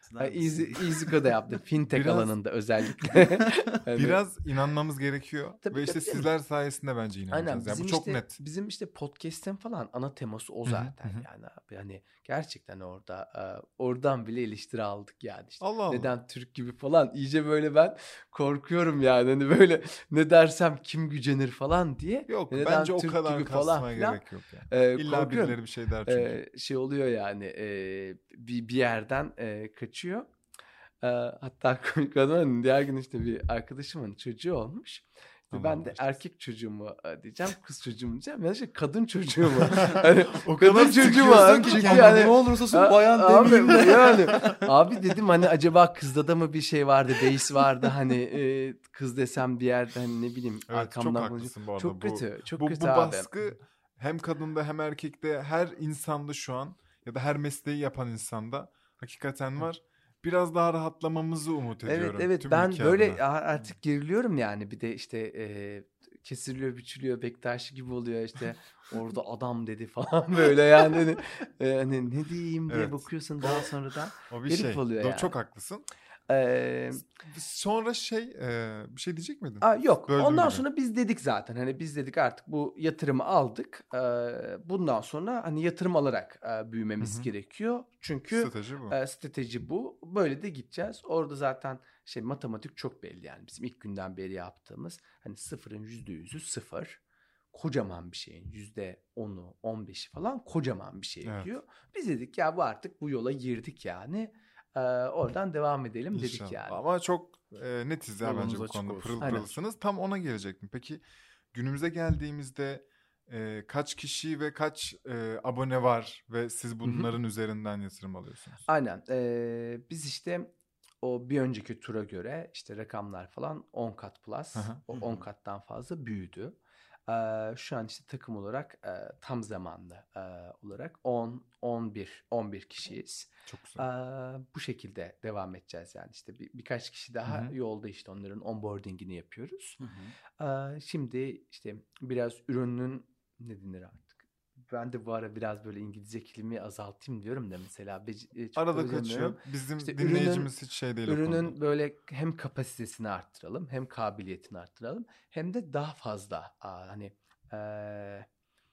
Sizler
Easy,
misiniz?
Easy Code yaptı. Fintech
Biraz-
alanında özellikle. Hani-
Biraz inanmamız gerekiyor.
Tabii,
Ve işte
tabii, değil mi?
sizler sayesinde bence inanacağız.
Aynen
Yani
bizim
bu çok
işte,
net.
bizim işte podcast'in falan ana teması o
Hı hı,
zaten
hı hı.
yani abi. Hani gerçekten orada e, oradan bile eleştiri aldık yani işte.
Allah Allah.
Neden Türk gibi falan iyice böyle ben korkuyorum yani hani böyle ne dersem kim gücenir falan diye.
Yok
Neden
bence o
Türk
kadar
gibi falan
kasmaya
filan.
gerek yok yani.
E,
İlla
korkuyorum.
birileri bir şey der çünkü.
E, şey oluyor yani e, bir, bir yerden e, kaçıyor. E, hatta komik olan hani diğer gün işte bir arkadaşımın çocuğu olmuş. İşte
Allah
ben de
bağışlasın.
erkek çocuğu mu e, diyeceğim, kız çocuğu mu diyeceğim. Ya işte kadın çocuğu mu? Hani
O
kadın
kadar
çocuğu mu?
sıkıyorsun
Hani
ki
çünkü
kendini.
yani
Ne olursa olsun
A-
bayan
abi,
demeyeyim de.
yani abi dedim hani acaba kızda da mı bir şey vardı, base vardı hani e, kız desem bir yerde hani ne bileyim
Evet,
arkamdan
çok
konuşuyor.
haklısın bu arada.
Çok
Bu-
kötü, çok
Bu,
kötü
bu
abi.
baskı hem kadında hem erkekte, her insanda şu an ya da her mesleği yapan insanda hakikaten var. Biraz daha rahatlamamızı umut
Evet
ediyorum.
evet
tüm
ben
ülke
böyle
adına.
a- artık geriliyorum yani bir de işte e, kesiliyor biçiliyor Bektaşi gibi oluyor işte orada adam dedi falan böyle yani hani, e, hani ne diyeyim diye
Evet.
bakıyorsun daha sonradan
O bir
garip
şey.
oluyor
Do-
yani.
Çok haklısın.
Ee,
Sonra şey e, bir şey diyecek miydin?
aa, yok
Böldüm
ondan
gibi.
sonra biz dedik zaten hani biz dedik artık bu yatırımı aldık. Ee, bundan sonra hani yatırım alarak e, büyümemiz
Hı hı.
gerekiyor çünkü
Strateji bu.
e, strateji bu böyle de gideceğiz orada zaten şey matematik çok belli yani bizim ilk günden beri yaptığımız hani sıfırın yüzde yüzü sıfır kocaman bir şeyin yüzde onu on beşi falan kocaman bir şey
Evet.
yapıyor. Biz dedik ya bu artık bu yola girdik yani. Ee, oradan devam edelim dedik
İnşallah.
yani.
Ama çok e, netiz ya
Yolunuz
bence bu
açık
konuda.
olsun.
Pırıl
Aynen.
pırılsınız. Tam ona gelecektim. Peki günümüze geldiğimizde e, kaç kişi ve kaç e, abone var ve siz bunların üzerinden yatırım alıyorsunuz?
Aynen. Ee, biz işte o bir önceki tura göre işte rakamlar falan on kat plus,
Hı hı.
o
Hı
on
hı.
kattan fazla büyüdü. Ee, şu an işte takım olarak e, tam zamanlı e, olarak on, on bir, on bir kişiyiz.
Çok
Ee,
güzel.
bu şekilde devam edeceğiz yani işte bir, birkaç kişi daha
Hı hı.
yolda işte onların onboardingini yapıyoruz.
Hı hı.
Ee, şimdi işte biraz ürünün ne denir artık? Ben de bu ara biraz böyle İngilizce kelime azaltayım diyorum da mesela bec- e, çok da
Arada
beceremiyorum.
kaçıyor. Bizim
İşte
dinleyicimiz hiç şey değil o konuda.
ürünün böyle hem kapasitesini arttıralım, hem kabiliyetini arttıralım, hem de daha fazla aa, hani eee,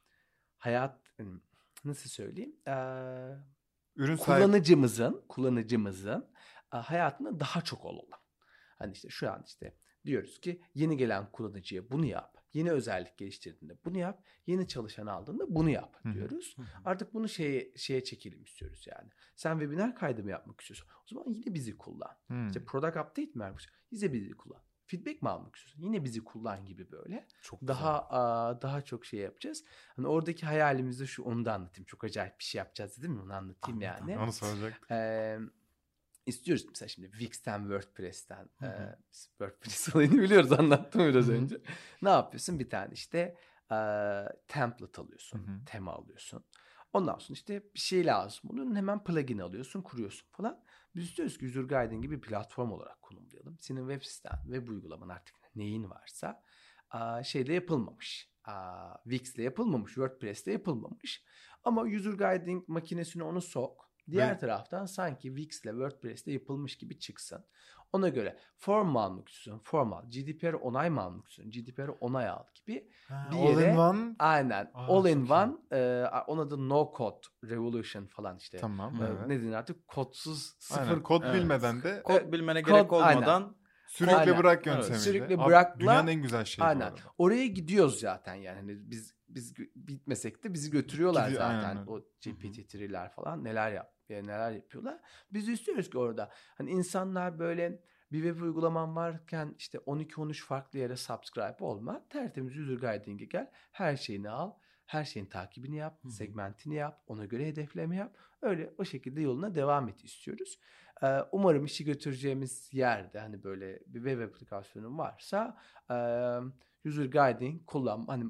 hayat hmm, nasıl söyleyeyim? Eee,
Ürün sahibi.
kullanıcımızın kullanıcımızın e, hayatında daha çok olalım. Hani işte şu an işte diyoruz ki yeni gelen kullanıcıya bunu yap. Yeni özellik geliştirdiğinde bunu yap. Yeni çalışan aldığında bunu yap
Hı hı.
diyoruz.
Hı hı.
Artık bunu şeye, şeye çekelim istiyoruz yani. Sen webinar kaydı mı yapmak istiyorsun? O zaman yine bizi kullan.
Hmm.
İşte product update mi yapmak istiyorsun? Yine bizi kullan. Feedback mi almak istiyorsun? Yine bizi kullan gibi böyle.
Çok güzel.
Daha aa, daha çok şey yapacağız. Hani oradaki hayalimiz de şu, onu da anlatayım. Çok acayip bir şey yapacağız dedim mi? Onu anlatayım yani.
Onu soracaktım.
Ee, istiyoruz mesela şimdi Wix'ten, WordPress'ten,
Hı hı.
e, WordPress olayını biliyoruz, anlattım biraz
Hı hı.
önce. Ne yapıyorsun? Bir tane işte e, template alıyorsun,
Hı hı.
tema alıyorsun. Ondan sonra işte bir şey lazım. Bunun hemen plugin alıyorsun, kuruyorsun falan. Biz istiyoruz ki User Guiding gibi bir platform olarak konumlayalım. Senin web siten, web uygulaman artık neyin varsa a, şeyde yapılmamış. A, Wix'le yapılmamış, WordPress'le yapılmamış. Ama User Guiding makinesine onu sok. Diğer
Ve-
taraftan sanki Wix'le WordPress'te yapılmış gibi çıksın. Ona göre form mu almak istiyorsun? Form al. G D P R onay mı almak istiyorsun? G D P R onay al gibi
Ha,
bir
all
yere
in one.
aynen
Aa,
all in
çok iyi.
one e, ona da no code revolution falan işte.
Tamam,
E,
evet.
ne denir artık kodsuz sıfır
Aynen. Kod
Evet.
bilmeden de
Kod
E,
bilmene
kod-
gerek
aynen.
olmadan
sürükle
Aynen.
bırak
Evet,
yöntemiyle.
sürekli
Abi,
bırakla-
dünyanın en güzel şeyi bu
Aynen.
arada.
Oraya gidiyoruz zaten yani. Hani biz biz gö- bitmesek de bizi götürüyorlar
Gidiyor, aynen
zaten.
öyle.
O G P T üç'ler falan neler yap yani neler yapıyorlar. Biz de istiyoruz ki orada hani insanlar böyle bir web uygulaman varken işte on iki on üç farklı yere subscribe olma. Tertemiz User Guiding'e gel. Her şeyini al. Her şeyin takibini yap.
Hı hı.
Segmentini yap. Ona göre hedefleme yap. Öyle o şekilde yoluna devam et istiyoruz. Ee, umarım işi götüreceğimiz yerde hani böyle bir web aplikasyonun varsa e, User Guiding kullan hani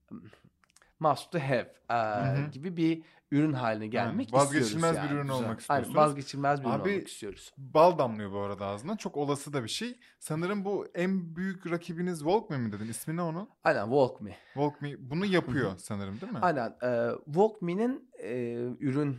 must to have e,
hı.
gibi bir ürün haline gelmek
Aynen.
istiyoruz
Vazgeçilmez
yani.
bir ürün
Güzel.
olmak
Aynen,
istiyorsunuz.
vazgeçilmez bir ürün
Abi,
olmak istiyoruz.
bal damlıyor bu arada ağzına. Çok olası da bir şey. Sanırım bu en büyük rakibiniz Walkme mi dedin? İsmi ne onun?
Aynen Walkme.
Walkme bunu yapıyor sanırım değil mi?
Aynen. E, Walkme'nin e, ürün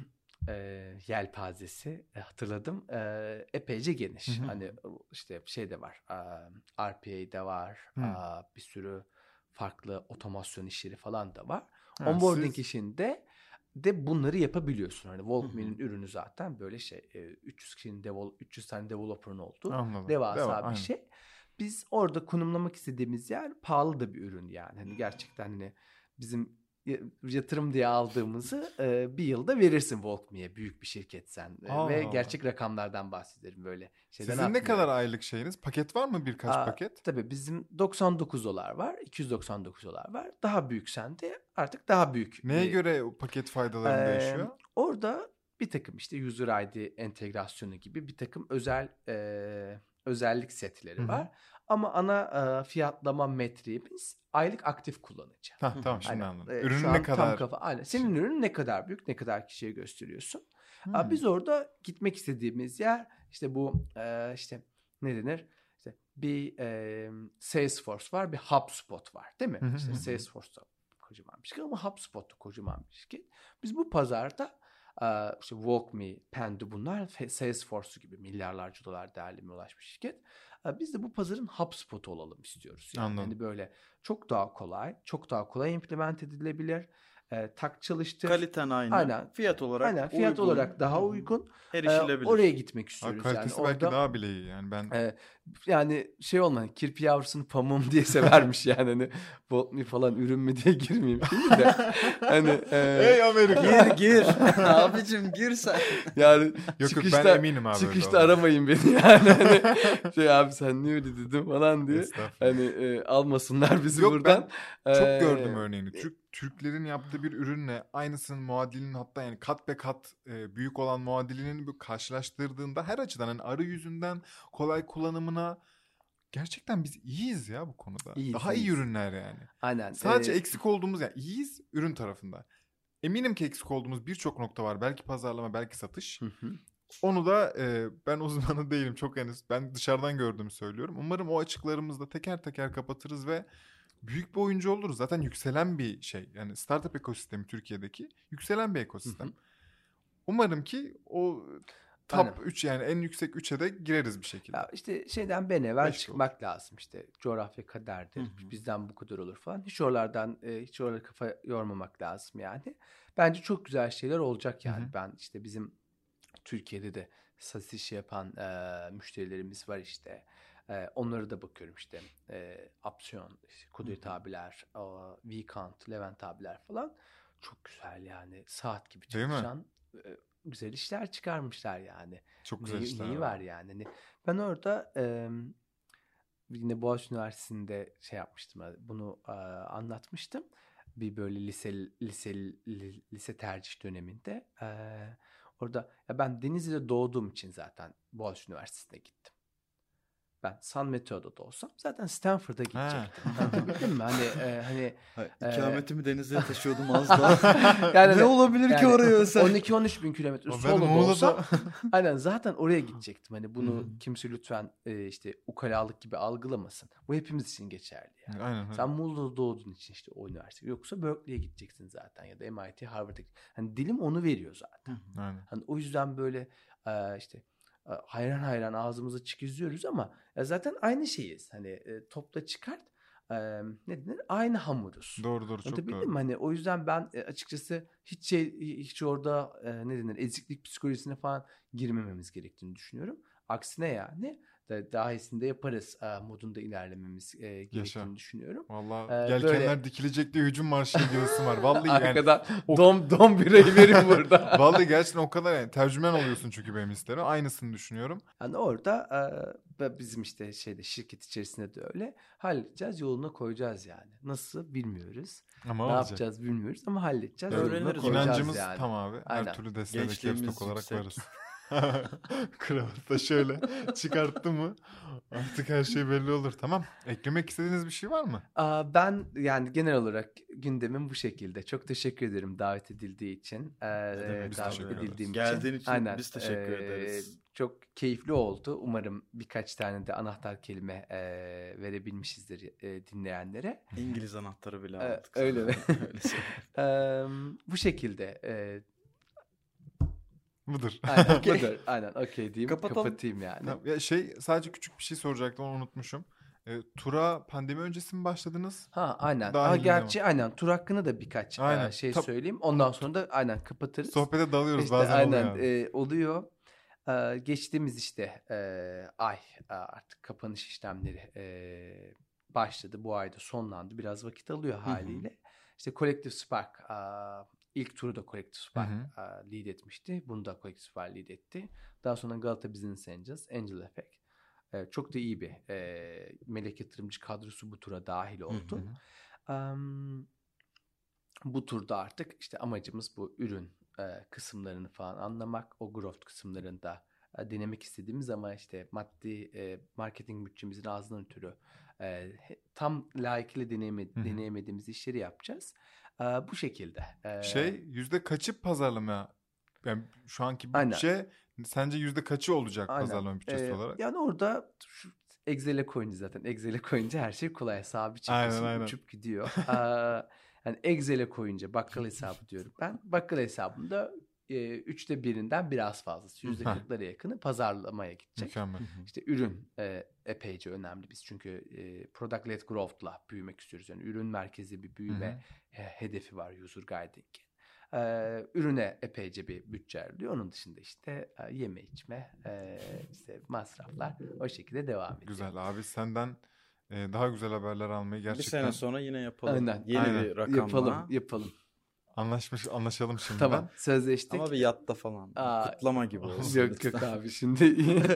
e, yelpazesi e, hatırladım. E, epeyce geniş.
Hı hı.
Hani işte şey de var. e, R P A'de var.
Hı.
e, bir sürü farklı otomasyon işleri falan da var.
Ha,
Onboarding
siz-
işinde de bunları yapabiliyorsun. Hani
Hı
Walkme'nin
hı.
ürünü zaten böyle şey e, üç yüz kişinin devel- üç yüz tane developer'ın olduğu
Anladım.
devasa
Devam,
bir
aynen.
şey. Biz orada konumlamak istediğimiz yer pahalı da bir ürün yani. Hani gerçekten hani bizim y- yatırım diye aldığımızı e, bir yılda verirsin Walkme'ye büyük bir şirketsen. E,
Allah
ve
Allah.
gerçek rakamlardan bahsederim böyle. Şeyden
Sizin ne kadar
atmıyorum.
aylık şeyiniz? Paket var mı, birkaç
Aa,
paket?
Tabii bizim doksan dokuz dolar var, iki yüz doksan dokuz dolar var. Daha büyüksen de artık daha büyük.
Neye
bir-
göre o paket faydaları
Ee,
değişiyor?
Orada bir takım işte user I D entegrasyonu gibi bir takım özel e, özellik setleri
Hı hı.
var. Ama ana e, fiyatlama metriğimiz aylık aktif kullanıcı.
Hah,
Hı hı.
tamam, şimdi
Aynen.
anladım.
E,
Ürün
şu
ne
an
kadar?
tam kafa. Aynen. Senin ürünün ne kadar büyük, ne kadar kişiye gösteriyorsun. Aa,
Hmm.
Biz orada gitmek istediğimiz yer işte bu e, işte ne denir? İşte bir e, Salesforce var, bir HubSpot var, değil mi?
Hı hı
İşte
hı.
Salesforce'da kocaman bir şirket ama HubSpot'ta kocaman bir şirket. Biz bu pazarda e, işte WalkMe, Pendo bunlar Fe- Salesforce gibi milyarlarca dolar değerlemeye ulaşmış şirket. E, Biz de bu pazarın HubSpot'u olalım istiyoruz. Yani
Anladım.
hani böyle çok daha kolay, çok daha kolay implement edilebilir. E, tak çalıştır.
Kaliten aynı.
Aynen.
Fiyat olarak
Aynen fiyat
uygun.
olarak daha
Hı hı.
uygun. Ee,
Erişilebilir.
oraya gitmek
Ha,
istiyoruz
kalitesi
yani.
belki
Orada
daha bile iyi. Yani ben
e, yani şey olmadı. Kirpi yavrusunu pamuğum diye severmiş yani. Hani bot mu falan ürün mü diye girmeyeyim şimdi de. Hani e,
Ey Amerika.
Gir gir. Abicim gir sen.
yani
Yok yok,
çıkışta
ben eminim abi. öyle
çıkışta
olduğuna.
aramayın beni yani. Hani şey abi sen niye öyle dedin falan diye.
Estağfurullah.
Hani e, almasınlar bizi
Yok,
buradan.
Çok
Ee,
gördüm örneğini. Türk Türklerin yaptığı bir ürünle aynısının muadilinin, hatta yani kat be kat e, büyük olan muadilinin bu karşılaştırdığında her açıdan, hani arayüzünden kolay kullanımına, gerçekten biz iyiyiz ya bu konuda.
İyiyiz,
Daha iyi
iyiyiz.
ürünler yani.
Aynen.
Sadece
e,
eksik olduğumuz, yani iyiyiz ürün tarafında. Eminim ki eksik olduğumuz birçok nokta var. Belki pazarlama, belki satış.
hı hı.
Onu da e, ben uzmanı değilim çok henüz. Ben dışarıdan gördüğümü söylüyorum. Umarım o açıklarımızı da teker teker kapatırız ve büyük bir oyuncu oluruz. Zaten yükselen bir şey. Yani startup ekosistemi Türkiye'deki yükselen bir ekosistem.
Hı hı.
Umarım ki o top
Aynen.
üç, yani en yüksek üçe de gireriz bir şekilde.
Ya işte şeyden ben evvel
Beş de
çıkmak lazım işte coğrafya kaderdir
Hı hı.
bizden bu kadar olur falan hiç oralardan e, hiç oralara kafa yormamak lazım yani bence çok güzel şeyler olacak yani
Hı hı.
ben işte bizim Türkiye'de de satış işi yapan e, müşterilerimiz var işte E, onlara da bakıyorum işte e, Opsiyon, işte Kudret
Hı hı.
abiler, o, Vikant, Levent abiler falan çok güzel yani saat gibi
Değil mi?
çalışan e, güzel işler çıkarmışlar yani.
Çok güzel
Neyi,
işler
neyi
var.
var yani. Hani ben orada e, yine Boğaziçi Üniversitesi'nde şey yapmıştım. Bunu e, anlatmıştım. Bir böyle lise lise li- lise tercih döneminde. E, orada ya ben Denizli'de doğduğum için zaten Boğaziçi Üniversitesi'ne gittim. Ben San Mateo'da da olsam zaten Stanford'a gidecektim. Anlatabildim mi? Hani e, hani
Hayır,
e,
ikametimi Denizli'ye taşıyordum az daha.
yani
Ne
hani-
olabilir ki
yani
oraya sen?
on iki on üç bin kilometre
Ben
Solo'da
Muğla'da
olsam aynen zaten oraya gidecektim. Hani
Hı
bunu
hı.
kimse lütfen e, işte ukalalık gibi algılamasın. Bu hepimiz için geçerli yani.
Aynen öyle.
Sen Muğla'da doğduğun için işte o üniversite. Yoksa Berkeley'e gideceksin zaten ya da M I T, Harvard'a. Hani dilim onu veriyor zaten.
Aynen.
Hani o yüzden böyle e, işte e, hayran hayran ağzımızı çıkızıyoruz ama ya zaten aynı şeyiz. Hani e, topla çıkart e, ne denir? Aynı hamuruz.
Doğru doğru, çok
Anlatabildim
doğru.
mi? Hani o yüzden ben e, açıkçası hiç şey hiç orada e, ne denir eziklik psikolojisine falan girmememiz gerektiğini düşünüyorum. Aksine yani da, daha iyisini de yaparız e, modunda ilerlememiz e, gerektiğini
Yaşa.
düşünüyorum.
Vallahi
Ee,
yelkenler
böyle-
dikilecek diye hücum marşı gibisin var. Vallahi yani
Arkadan
o-
dom dom birey verin burada.
vallahi gerçekten o kadar, yani tercüman oluyorsun çünkü benim hislerime. Aynısını düşünüyorum.
Hani orada e, ve bizim işte şeyde şirket içerisinde de öyle halledeceğiz, yoluna koyacağız yani. Nasıl bilmiyoruz.
Ama
Ne
olacak.
yapacağız bilmiyoruz ama halledeceğiz.
Evet.
Yoluna
Öğreniriz.
koyacağız
İnancımız
yani.
tam abi. Her
Aynen.
türlü desteğe de
Gençliğimiz
caps lock olarak
yüksek.
varız. Kravat da şöyle çıkarttı mı artık her şey belli olur. Tamam. Eklemek istediğiniz bir şey var mı?
Aa, Ben yani genel olarak gündemim bu şekilde. Çok teşekkür ederim davet edildiği için. Ee,
demek,
biz
davet
teşekkür ederiz.
edildiğim
Geldiğin için
Aynen.
biz teşekkür
Ee,
ederiz.
Çok keyifli oldu. Umarım birkaç tane de anahtar kelime e, verebilmişizdir e, dinleyenlere.
İngiliz anahtarı bile
Ee,
aldık.
öyle mi?
Öyle söyleyeyim.
Ee, Bu şekilde. e,
Budur.
Aynen
Okey.
budur. Aynen okey diyeyim.
Kapatalım.
Kapatayım yani.
Tamam, ya şey sadece küçük bir şey soracaktım onu unutmuşum. E, tura pandemi öncesi mi başladınız?
Ha aynen. Aa,
Dahilinde mi?
gerçi aynen tur hakkında da birkaç
Aynen.
e, şey
Tab-
söyleyeyim. Ondan sonra da aynen kapatırız.
Sohbete dalıyoruz
İşte
bazen
aynen
oluyor. abi.
e, oluyor. E, geçtiğimiz işte e, ay e, artık kapanış işlemleri e, başladı. Bu ayda sonlandı. Biraz vakit alıyor haliyle. İşte Collective Spark e, ilk turu da Collective Spark
Hı
e, lead etmişti. Bunu da Collective Spark lead etti. Daha sonra Galata Business Angels, Angel Effect. E, çok da iyi bir e, melek yatırımcı kadrosu bu tura dahil oldu.
Hı hı.
Um, bu turda artık işte amacımız bu ürün e, kısımlarını falan anlamak. O growth kısımlarında e, denemek istediğimiz ama işte maddi e, marketing bütçemizin ağzından ötürü e, he- tam layıkıyla deneyeme,
Hı hı.
deneyemediğimiz işleri yapacağız. E, bu şekilde. E,
Şey yüzde kaçı pazarlama? Yani şu anki
Aynen.
bütçe sence yüzde kaçı olacak
Aynen.
pazarlama bütçesi
Ee,
olarak?
Yani orada şu Excel'e koyunca zaten Excel'e koyunca her şey kolay. Hesabı çekiyorsun,
Aynen, aynen.
uçup gidiyor. Aa, yani Excel'e koyunca bakkal hesabı diyorum ben. Bakkal hesabımda e, üçte birinden biraz fazlası. Yüzde
Heh.
kırklara yakını pazarlamaya gidecek.
Mükemmel.
İşte ürün e, epeyce önemli. Biz çünkü e, product led growth'la büyümek istiyoruz. Yani ürün merkezi bir büyüme
Hı hı.
he- hedefi var User Guiding'in. Ee, ürüne epeyce bir bütçe ayrılıyor. Onun dışında işte e, yeme içme, e, işte masraflar o şekilde devam ediyor.
Güzel abi senden e, daha güzel haberler almayı
Bir
gerçekten
sene sonra yine yapalım.
Aynen.
Yeni
Aynen.
bir rakamla.
Yapalım, yapalım.
anlaşmış anlaşalım şimdiden.
Tamam, sözleştik.
Ama bir yatta falan.
Aa,
Kutlama gibi olsun.
Yok yok abi şimdi.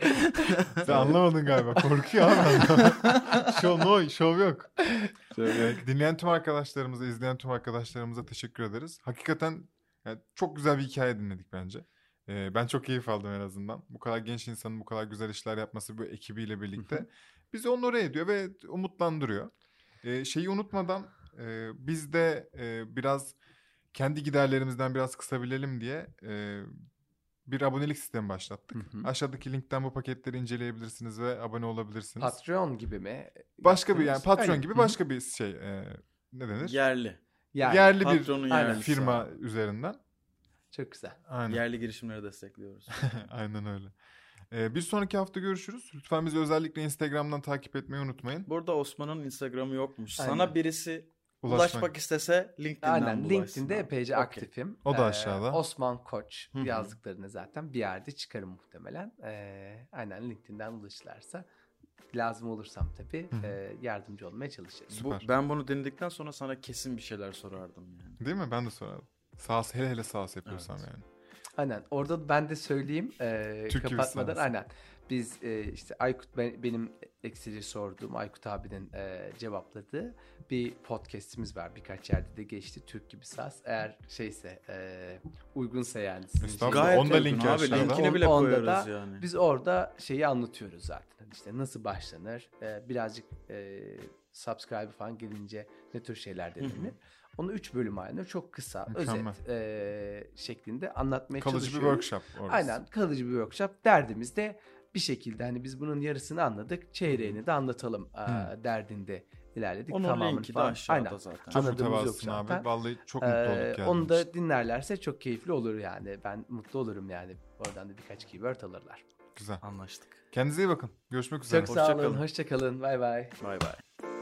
Sen anlamadın galiba. Korkuyor abi. Show no, show yok. Evet, dinleyen tüm arkadaşlarımıza, izleyen tüm arkadaşlarımıza teşekkür ederiz. Hakikaten yani çok güzel bir hikaye dinledik bence. Ee, ben çok keyif aldım en azından. Bu kadar genç insanın bu kadar güzel işler yapması bu ekibiyle birlikte bizi onore ediyor ve umutlandırıyor. Ee, şeyi unutmadan e, biz de e, biraz kendi giderlerimizden biraz kısabilelim diye e, bir abonelik sistemi başlattık.
Hı hı.
Aşağıdaki linkten bu paketleri inceleyebilirsiniz ve abone olabilirsiniz.
Patreon gibi mi?
Başka bir yani
yaptınız?
Patreon
Aynen.
gibi
Hı hı.
başka bir şey e, ne denir?
Yerli.
Yani,
Yerli bir
Patronun
Aynen.
yerlisi
firma
abi.
üzerinden.
çok güzel.
Aynen.
Yerli girişimleri destekliyoruz.
Aynen öyle. Ee, bir sonraki hafta görüşürüz. Lütfen bizi özellikle Instagram'dan takip etmeyi unutmayın.
Burada Osman'ın Instagram'ı yokmuş.
Aynen.
Sana birisi
Ulaşmak.
ulaşmak istese LinkedIn'den
Aynen
bulaşsın.
LinkedIn'de
abi.
epeyce
Okey.
aktifim.
O da
Ee,
aşağıda.
Osman Koç
Hı hı.
yazdıklarını zaten bir yerde çıkarım muhtemelen. Ee, aynen LinkedIn'den ulaşırlarsa lazım olursam tabii
Hı hı.
e, yardımcı olmaya çalışırım.
Bu,
Süper.
ben bunu dinledikten sonra sana kesin bir şeyler sorardım yani.
Değil mi? Ben de sorarım. Sağ, hele hele sağ yapıyorsam
Evet.
yani.
Aynen orada ben de söyleyeyim e,
Türk gibi
kapatmadan
sağ.
aynen. Biz e, işte Aykut ben- benim eksili sorduğum Aykut abinin e, cevapladığı bir podcast'imiz var. Birkaç yerde de geçti Türk gibi saz. Eğer şeyse e, uygunsa yani sizin
Estağfurullah.
şeyinize-
Gayet
Onda
uygun
linki
abi.
aşağıda.
Linkini bile
Onda
koyarız
da
yani.
Biz orada şeyi anlatıyoruz zaten. Hani işte nasıl başlanır, e, birazcık e, subscribe falan gelince ne tür şeyler denenir. Onu üç bölüm halinde çok kısa,
Mükemmel.
özet e, şeklinde anlatmaya
Kalıcı bir
çalışıyoruz.
workshop orası.
Aynen kalıcı bir workshop. Derdimiz de bir şekilde hani biz bunun yarısını anladık, çeyreğini de anlatalım e,
Hı.
derdinde ilerledik.
Onun
Tamamını
linki de
falan.
aşağıda
Aynen.
zaten.
Çok
Anladığımız yok
mütevazısın
zaten.
abi. Vallahi çok mutlu olduk
Ee,
geldiğin
onu da
için.
dinlerlerse çok keyifli olur yani. Ben mutlu olurum yani. Oradan da birkaç keyword alırlar.
Güzel.
Anlaştık.
Kendinize iyi bakın. Görüşmek üzere.
Çok sağ olun.
Hoşça kalın.
Hoşça kalın. Bay bay.
Bay bay.